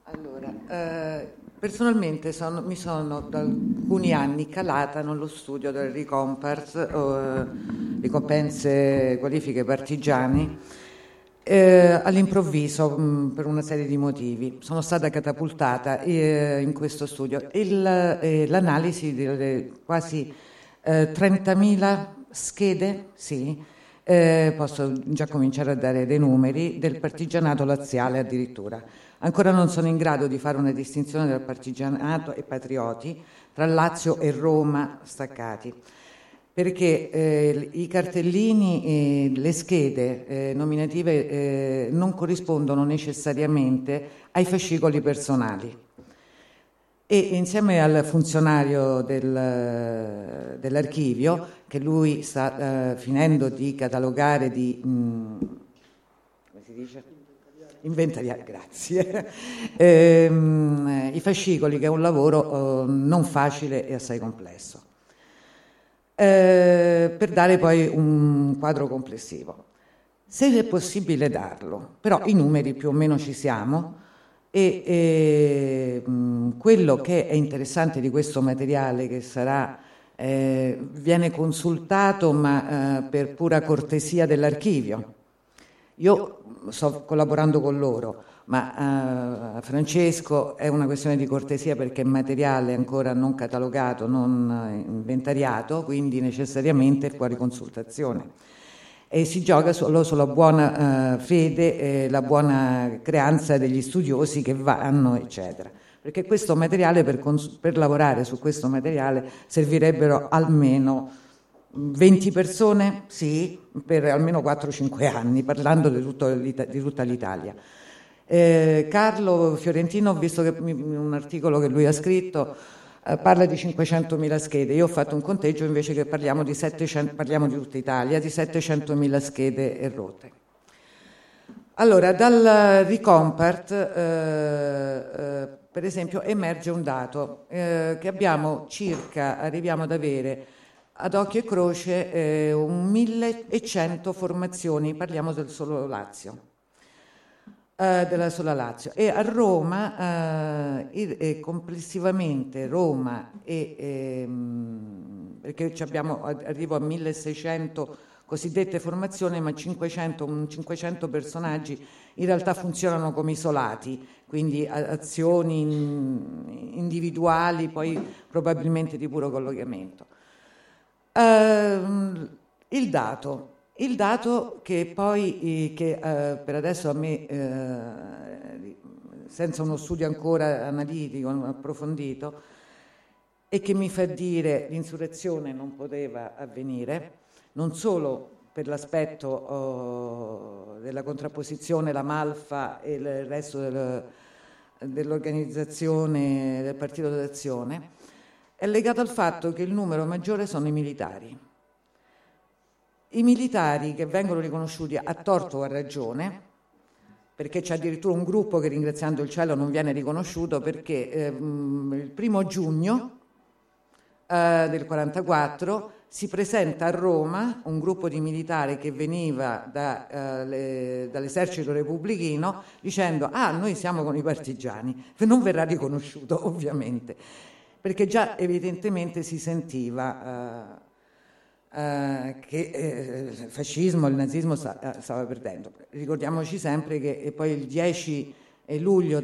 Personalmente mi sono da alcuni anni calata nello studio del Ricompers, ricompense qualifiche partigiani, all'improvviso per una serie di motivi. Sono stata catapultata in questo studio. L'analisi delle quasi 30.000 schede, sì, posso già cominciare a dare dei numeri, del partigianato laziale addirittura. Ancora non sono in grado di fare una distinzione tra partigianato e patrioti, tra Lazio e Roma staccati, perché i cartellini, le schede nominative non corrispondono necessariamente ai fascicoli personali. E insieme al funzionario dell'archivio, che lui sta finendo di catalogare, come si dice? Inventariare, grazie. I fascicoli, che è un lavoro non facile e assai complesso, per dare poi un quadro complessivo. Se è possibile darlo, però i numeri più o meno ci siamo, e quello che è interessante di questo materiale, che sarà viene consultato ma per pura cortesia dell'archivio. Io sto collaborando con loro, ma Francesco, è una questione di cortesia perché è materiale ancora non catalogato, non inventariato, quindi necessariamente è fuori consultazione. E si gioca solo sulla buona fede e la buona creanza degli studiosi che vanno, eccetera. Perché questo materiale, per lavorare su questo materiale, servirebbero almeno 20 persone, sì, per almeno 4-5 anni, parlando di tutta l'Italia. Carlo Fiorentino, ho visto che un articolo che lui ha scritto, parla di 500.000 schede. Io ho fatto un conteggio invece che parliamo di tutta Italia, di 700.000 schede rotte. Allora, dal Ricompart, per esempio, emerge un dato che arriviamo ad avere ad occhio e croce 1.100 formazioni, parliamo del solo Lazio, della sola Lazio, e a Roma complessivamente Roma perché arrivo a 1.600 cosiddette formazioni, ma 500 personaggi in realtà funzionano come isolati, quindi azioni individuali, poi probabilmente di puro collegamento. Il dato che poi, per adesso a me, senza uno studio ancora analitico, approfondito, e che mi fa dire l'insurrezione non poteva avvenire, non solo per l'aspetto della contrapposizione, la Malfa e il resto dell'organizzazione del Partito d'Azione, è legato al fatto che il numero maggiore sono i militari. I militari che vengono riconosciuti a torto o a ragione, perché c'è addirittura un gruppo che, ringraziando il cielo, non viene riconosciuto perché il 1° giugno del 1944 si presenta a Roma un gruppo di militari che veniva dall'esercito repubblichino dicendo: noi siamo con i partigiani. Non verrà riconosciuto, ovviamente, perché già evidentemente si sentiva che il fascismo, il nazismo stava perdendo. Ricordiamoci sempre che poi il 10 luglio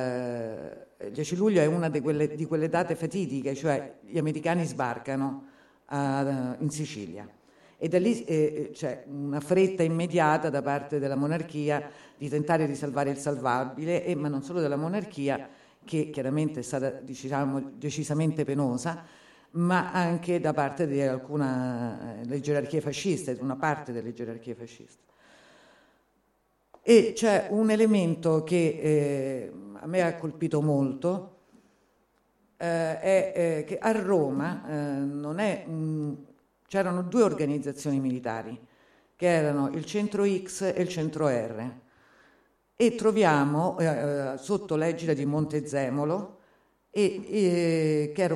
è una di quelle date fatidiche, cioè gli americani sbarcano in Sicilia, e da lì c'è una fretta immediata da parte della monarchia di tentare di salvare il salvabile, ma non solo della monarchia, che chiaramente è stata, diciamo, decisamente penosa, ma anche da parte di delle gerarchie fasciste, di una parte delle gerarchie fasciste. E c'è un elemento che a me ha colpito molto, è che a Roma c'erano 2 organizzazioni militari, che erano il centro X e il centro R, e troviamo sotto l'egida di Montezemolo, che era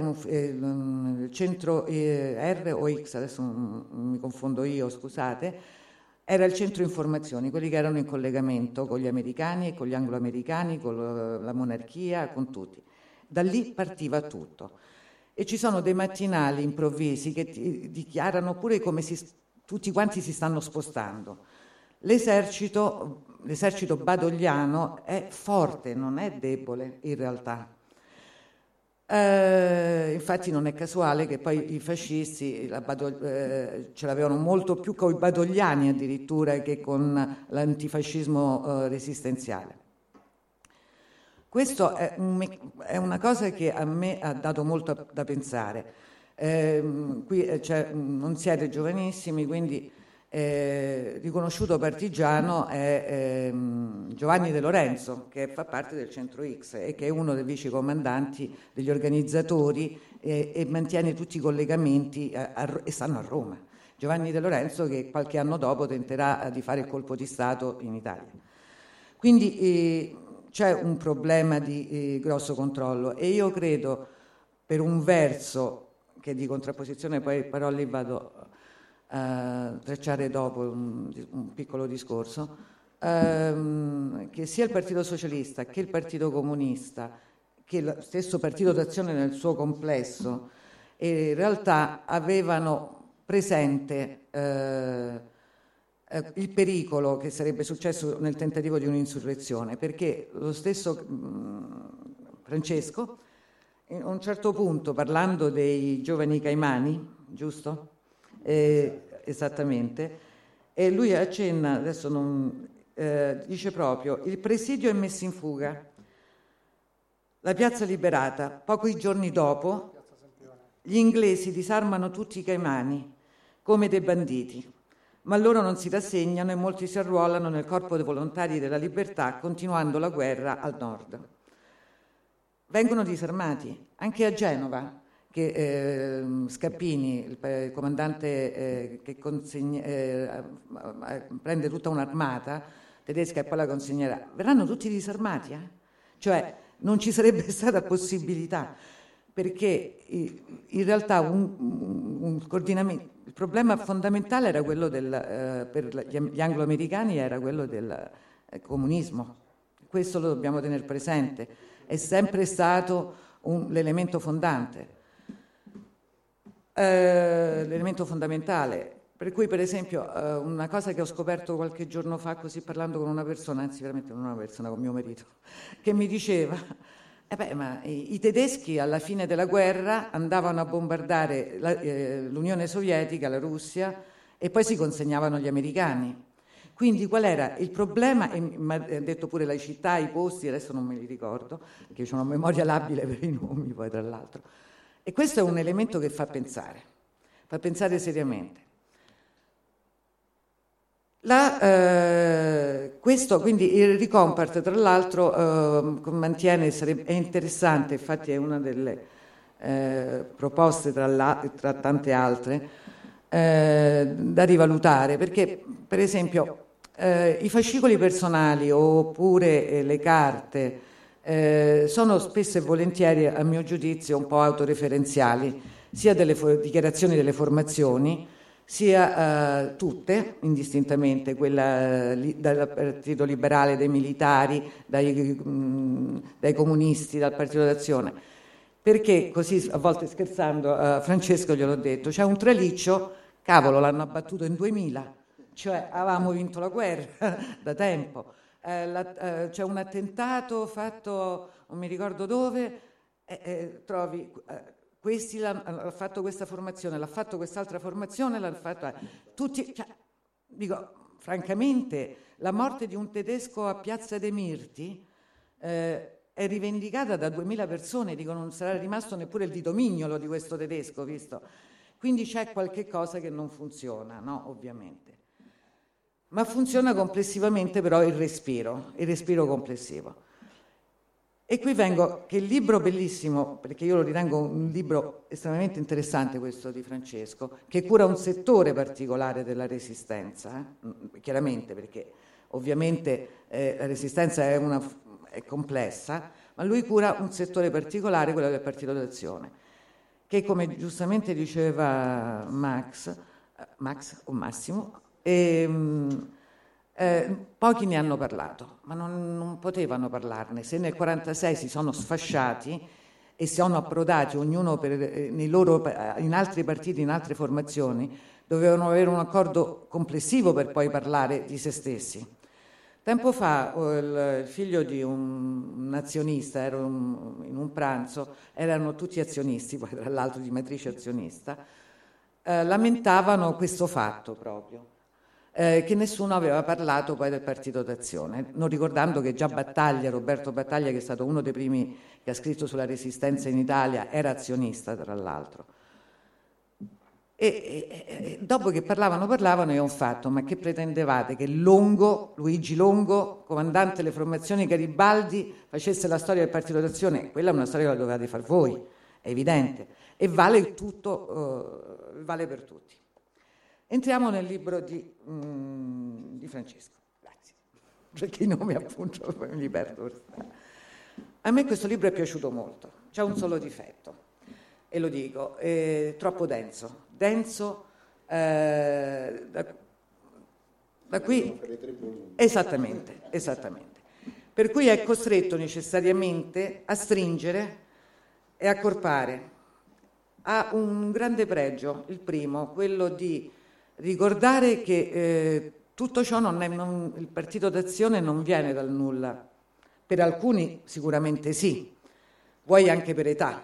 il centro R o X, adesso mi confondo io, scusate, era il centro informazioni, quelli che erano in collegamento con gli americani e con gli anglo-americani, con la monarchia, con tutti. Da lì partiva tutto. E ci sono dei mattinali improvvisi che dichiarano pure come tutti quanti si stanno spostando. L'esercito badogliano è forte, non è debole in realtà. Infatti non è casuale che poi i fascisti ce l'avevano molto più con i badogliani addirittura che con l'antifascismo resistenziale. Questo è una cosa che a me ha dato molto da pensare. Qui non siete giovanissimi, quindi riconosciuto partigiano è Giovanni De Lorenzo, che fa parte del Centro X e che è uno dei vicecomandanti degli organizzatori e mantiene tutti i collegamenti e stanno a Roma. Giovanni De Lorenzo che qualche anno dopo tenterà di fare il colpo di Stato in Italia. Quindi c'è un problema di grosso controllo e io credo, per un verso, che di contrapposizione poi però lì vado a tracciare dopo un piccolo discorso, che sia il Partito Socialista che il Partito Comunista, che lo stesso Partito d'Azione nel suo complesso, in realtà avevano presente il pericolo che sarebbe successo nel tentativo di un'insurrezione, perché lo stesso Francesco, a un certo punto, parlando dei giovani caimani, giusto? Esattamente, e lui accenna, adesso non dice proprio: il presidio è messo in fuga, la piazza liberata, pochi giorni dopo gli inglesi disarmano tutti i caimani come dei banditi, ma loro non si rassegnano e molti si arruolano nel corpo dei volontari della libertà, continuando la guerra al nord. Vengono disarmati anche a Genova, che Scappini, il comandante che prende tutta un'armata tedesca e poi la consegnerà, verranno tutti disarmati, cioè non ci sarebbe stata possibilità, perché in realtà un coordinamento, il problema fondamentale era quello per gli anglo-americani era quello del comunismo. Questo lo dobbiamo tenere presente, è sempre stato l'elemento fondante. L'elemento fondamentale, per cui per esempio una cosa che ho scoperto qualche giorno fa così parlando con una persona, anzi veramente non una persona, con mio marito, che mi diceva ma i tedeschi alla fine della guerra andavano a bombardare l'Unione Sovietica, la Russia, e poi si consegnavano agli americani. Quindi qual era il problema? E mi ha detto pure le città, i posti, adesso non me li ricordo, perché ho una memoria labile per i nomi poi tra l'altro. E questo è un elemento che fa pensare seriamente. Questo quindi il Recompart tra l'altro mantiene, è interessante, infatti è una delle proposte tra tante altre da rivalutare, perché per esempio i fascicoli personali oppure le carte sono spesso e volentieri, a mio giudizio, un po' autoreferenziali, sia delle dichiarazioni delle formazioni, sia tutte, indistintamente, quella dal Partito Liberale, dai militari, dai comunisti, dal Partito d'Azione. Perché così, a volte scherzando, a Francesco gliel'ho detto, c'è un traliccio, cavolo, l'hanno abbattuto in 2000, cioè avevamo vinto la guerra da tempo. C'è un attentato fatto, non mi ricordo dove, trovi... questi hanno fatto questa formazione, l'ha fatto quest'altra formazione, l'hanno fatto tutti, cioè, dico francamente, la morte di un tedesco a Piazza dei Mirti è rivendicata da 2000 persone, dico non sarà rimasto neppure il dito mignolo di questo tedesco, visto? Quindi c'è qualche cosa che non funziona, no? Ovviamente. Ma funziona complessivamente però il respiro complessivo. E qui vengo, che il libro bellissimo, perché io lo ritengo un libro estremamente interessante questo di Francesco, che cura un settore particolare della resistenza, chiaramente perché ovviamente la resistenza è complessa, ma lui cura un settore particolare, quello del Partito d'Azione, che come giustamente diceva Max o Massimo, E, pochi ne hanno parlato, ma non potevano parlarne. Se nel 1946 si sono sfasciati e si sono approdati ognuno in altri partiti, in altre formazioni, dovevano avere un accordo complessivo per poi parlare di se stessi. Tempo fa il figlio di un azionista, in un pranzo, erano tutti azionisti, poi tra l'altro di matrice azionista, lamentavano questo fatto proprio, che nessuno aveva parlato poi del partito d'azione, non ricordando che già Roberto Battaglia, che è stato uno dei primi che ha scritto sulla resistenza in Italia, era azionista tra l'altro. E dopo che parlavano, io ho fatto: ma che pretendevate? Che Luigi Longo, comandante delle formazioni Garibaldi, facesse la storia del partito d'azione? Quella è una storia che la dovevate far voi, è evidente, e vale tutto, vale per tutti. Entriamo nel libro di Francesco, grazie, perché i nomi appunto poi mi li perdo. A me questo libro è piaciuto molto, c'è un solo difetto, e lo dico, è troppo denso, da qui, esattamente, per cui è costretto necessariamente a stringere e accorpare. Ha un grande pregio, il primo, quello di ricordare che tutto ciò il partito d'azione non viene dal nulla, per alcuni sicuramente sì, vuoi anche per età,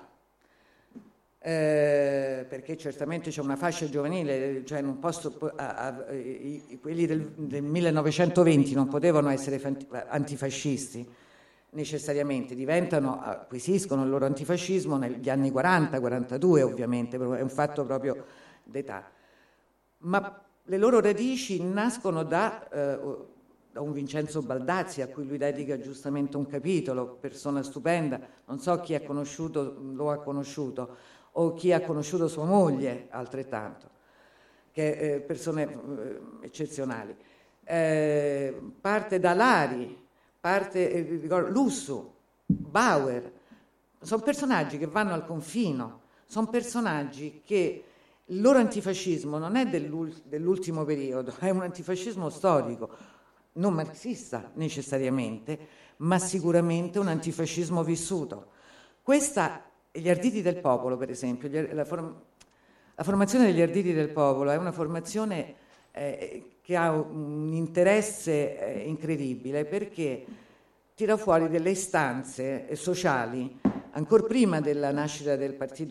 perché certamente c'è una fascia giovanile, cioè non posso, quelli del 1920 non potevano essere antifascisti necessariamente, acquisiscono il loro antifascismo negli anni 40-42 ovviamente, è un fatto proprio d'età, ma le loro radici nascono da un Vincenzo Baldazzi, a cui lui dedica giustamente un capitolo, persona stupenda, non so chi lo ha conosciuto, o chi ha conosciuto sua moglie altrettanto, che persone eccezionali. Parte da Lari, Lussu, Bauer, sono personaggi che vanno al confino, sono personaggi che il loro antifascismo non è dell'ultimo periodo, è un antifascismo storico, non marxista necessariamente, ma sicuramente un antifascismo vissuto. Gli Arditi del Popolo, per esempio, la formazione degli Arditi del Popolo è una formazione che ha un interesse incredibile, perché tira fuori delle istanze sociali, ancora prima della nascita del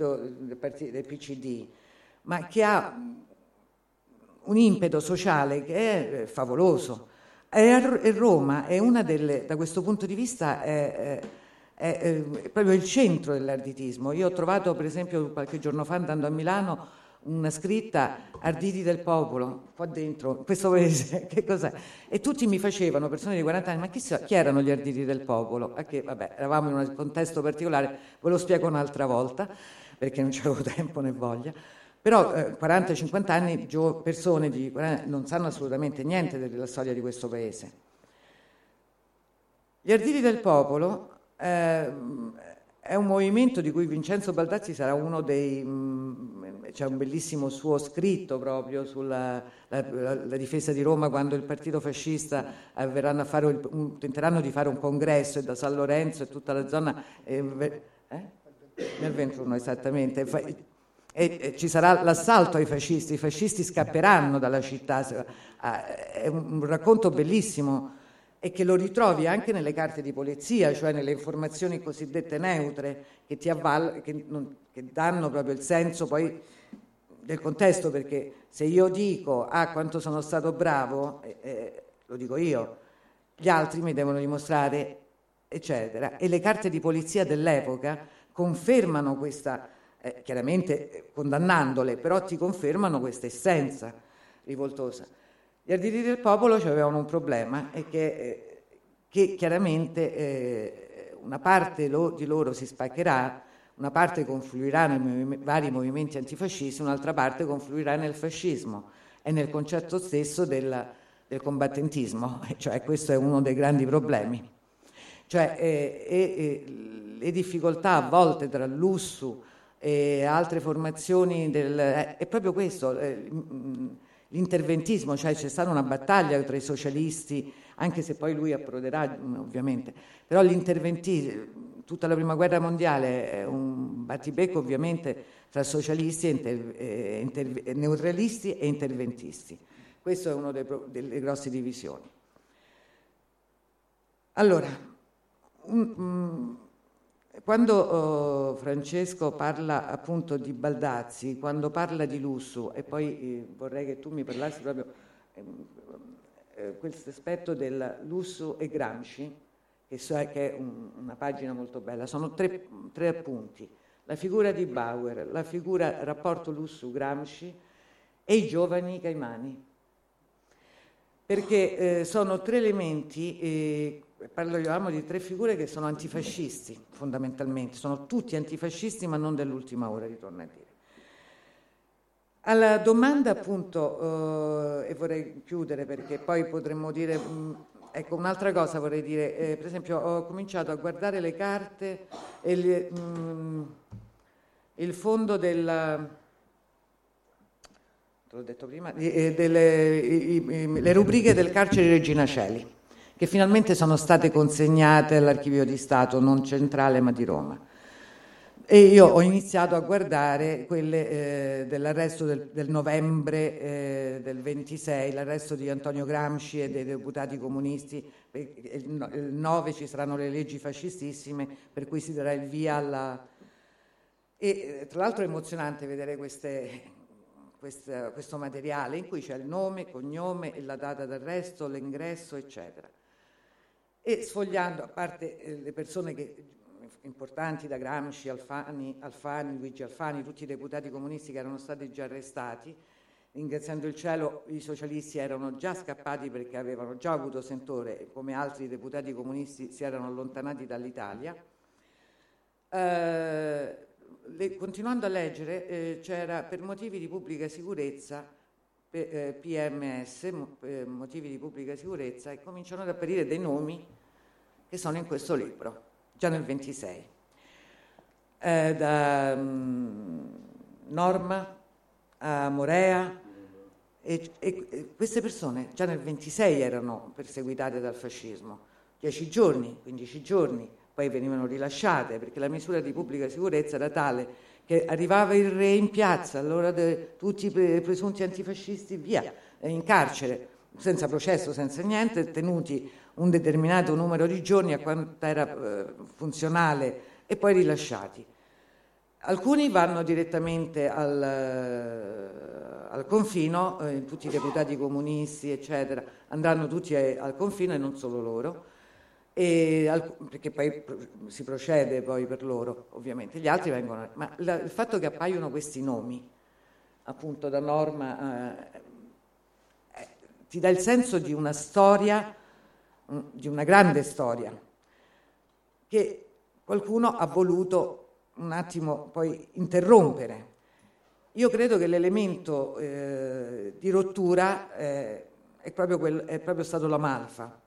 PCD, ma che ha un impeto sociale che è favoloso. E Roma è una da questo punto di vista è proprio il centro dell'arditismo. Io ho trovato, per esempio, qualche giorno fa, andando a Milano, una scritta Arditi del Popolo, qua dentro, questo paese, che cos'è? E tutti mi facevano, persone di 40 anni, ma chi erano gli Arditi del Popolo? Perché, vabbè, eravamo in un contesto particolare, ve lo spiego un'altra volta, perché non c'avevo tempo né voglia. Però 40-50 anni, persone di 40 non sanno assolutamente niente della storia di questo paese. Gli Arditi del Popolo è un movimento di cui Vincenzo Baldazzi sarà uno dei... c'è un bellissimo suo scritto proprio sulla la difesa di Roma, quando il partito fascista tenteranno di fare un congresso, e da San Lorenzo e tutta la zona... nel 21 esattamente... E ci sarà l'assalto ai fascisti, i fascisti scapperanno dalla città, è un racconto bellissimo e che lo ritrovi anche nelle carte di polizia, cioè nelle informazioni cosiddette neutre che danno proprio il senso poi del contesto, perché se io dico quanto sono stato bravo, lo dico io, gli altri mi devono dimostrare, eccetera. E le carte di polizia dell'epoca confermano questa, chiaramente condannandole, però ti confermano questa essenza rivoltosa. Gli Arditi del Popolo avevano un problema, e che chiaramente una parte di loro si spaccherà, una parte confluirà nei vari movimenti antifascisti, un'altra parte confluirà nel fascismo e nel concetto stesso del combattentismo, cioè questo è uno dei grandi problemi. Cioè, le difficoltà a volte tra Lussu e altre formazioni è proprio questo. Gli l'interventismo, cioè c'è stata una battaglia tra i socialisti, anche se poi lui approderà ovviamente, però l'interventismo, tutta la prima guerra mondiale è un battibecco ovviamente tra socialisti, neutralisti e interventisti. Questo è una delle grosse divisioni. Allora, quando Francesco parla appunto di Baldazzi, quando parla di Lussu, e poi vorrei che tu mi parlassi proprio questo aspetto del Lussu e Gramsci, che è una pagina molto bella, sono tre appunti: la figura di Bauer, la figura rapporto Lussu-Gramsci e i giovani Caimani, perché sono tre elementi, parliamo di tre figure che sono antifascisti fondamentalmente, sono tutti antifascisti ma non dell'ultima ora, ritorno a dire. Alla domanda appunto, e vorrei chiudere perché poi potremmo dire, ecco un'altra cosa vorrei dire, per esempio ho cominciato a guardare le carte e il fondo del, te l'ho detto prima, le rubriche del carcere Regina Coeli, che finalmente sono state consegnate all'Archivio di Stato, non centrale ma di Roma. E io ho iniziato a guardare quelle dell'arresto del novembre del 26, l'arresto di Antonio Gramsci e dei deputati comunisti. Il 9 ci saranno le leggi fascistissime, per cui si darà il via alla... E tra l'altro è emozionante vedere questo materiale in cui c'è il nome, cognome e la data d'arresto, l'ingresso, eccetera. E sfogliando, a parte le persone importanti da Gramsci, Alfani, Luigi Alfani, tutti i deputati comunisti che erano stati già arrestati, ringraziando il cielo i socialisti erano già scappati perché avevano già avuto sentore, come altri deputati comunisti si erano allontanati dall'Italia. Continuando a leggere, c'era per motivi di pubblica sicurezza, PMS, motivi di pubblica sicurezza, e cominciano ad apparire dei nomi che sono in questo libro, già nel 26. Da Norma a Morea, e queste persone già nel 26 erano perseguitate dal fascismo, 10 giorni, 15 giorni, poi venivano rilasciate perché la misura di pubblica sicurezza era tale che arrivava il re in piazza, allora tutti i presunti antifascisti via, in carcere, senza processo, senza niente, tenuti un determinato numero di giorni a quanto era funzionale e poi rilasciati. Alcuni vanno direttamente al confino, tutti i deputati comunisti, eccetera, andranno tutti al confino e non solo loro, perché poi si procede poi per loro, ovviamente. Gli altri vengono... Ma il fatto che appaiono questi nomi, appunto da Norma, ti dà il senso di una storia, di una grande storia, che qualcuno ha voluto un attimo poi interrompere. Io credo che l'elemento di rottura è proprio stato la Malfa,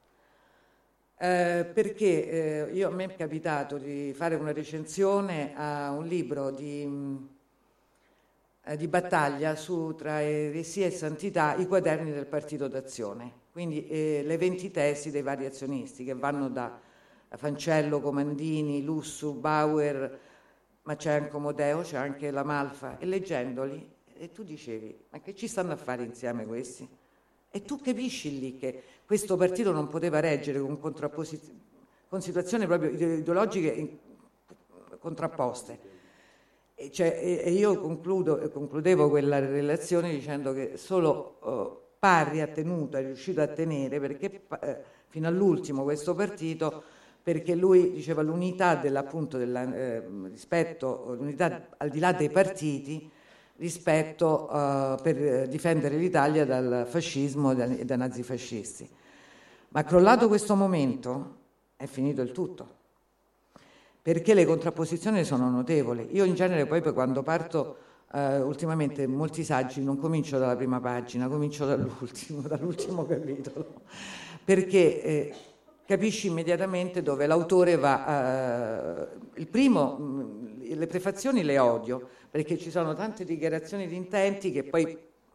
perché a me è capitato di fare una recensione a un libro di battaglia su tra eresia e santità, i quaderni del Partito d'Azione, quindi le 20 tesi dei vari azionisti che vanno da Fancello, Comandini, Lussu, Bauer, ma c'è anche Omodeo, c'è anche la Malfa, e leggendoli, e tu dicevi, ma che ci stanno a fare insieme questi? E tu capisci lì che questo partito non poteva reggere con situazioni proprio ideologiche contrapposte. E io concludevo quella relazione dicendo che solo Parri è riuscito a tenere, perché fino all'ultimo questo partito, perché lui diceva l'unità rispetto, l'unità al di là dei partiti, rispetto per difendere l'Italia dal fascismo e dai nazifascisti. Ma crollato questo momento è finito il tutto, perché le contrapposizioni sono notevoli. Io in genere poi quando parto ultimamente molti saggi non comincio dalla prima pagina, comincio dall'ultimo capitolo, perché capisci immediatamente dove l'autore va. Il primo, le prefazioni le odio, perché ci sono tante dichiarazioni di intenti che poi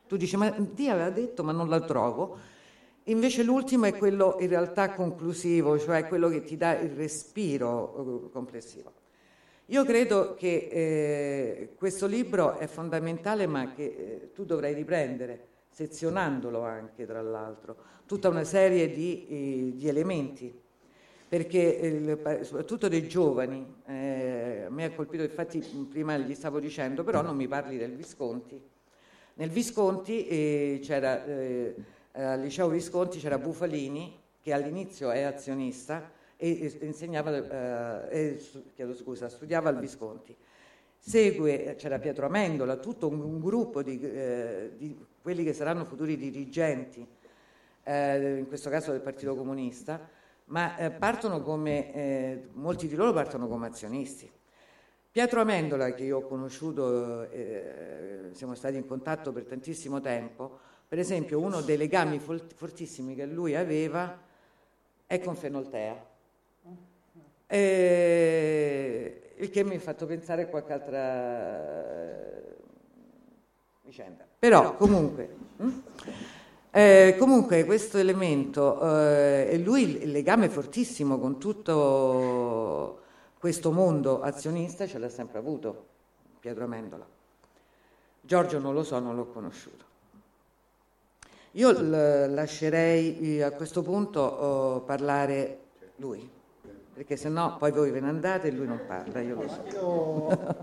tu dici ma Dio aveva detto ma non la trovo, invece l'ultimo è quello in realtà conclusivo, cioè quello che ti dà il respiro complessivo. Io credo che questo libro è fondamentale, ma che tu dovrai riprendere, sezionandolo anche, tra l'altro, tutta una serie di elementi, perché soprattutto dei giovani, a me ha colpito, infatti prima gli stavo dicendo, però non mi parli del Visconti. Nel Visconti c'era, al liceo Visconti c'era Bufalini, che all'inizio è azionista, e insegnava, chiedo scusa, studiava al Visconti. C'era Pietro Amendola, tutto un gruppo di quelli che saranno futuri dirigenti, in questo caso del Partito Comunista, ma partono come, molti di loro partono come azionisti. Pietro Amendola, che io ho conosciuto, siamo stati in contatto per tantissimo tempo, per esempio uno dei legami fortissimi che lui aveva è con Fenoltea. Il che mi ha fatto pensare a qualche altra vicenda. Però comunque questo elemento, e lui il legame fortissimo con tutto questo mondo azionista ce l'ha sempre avuto, Pietro Amendola. Giorgio non lo so, non l'ho conosciuto. Io lascerei a questo punto parlare lui, perché sennò poi voi ve ne andate e lui non parla, io lo so.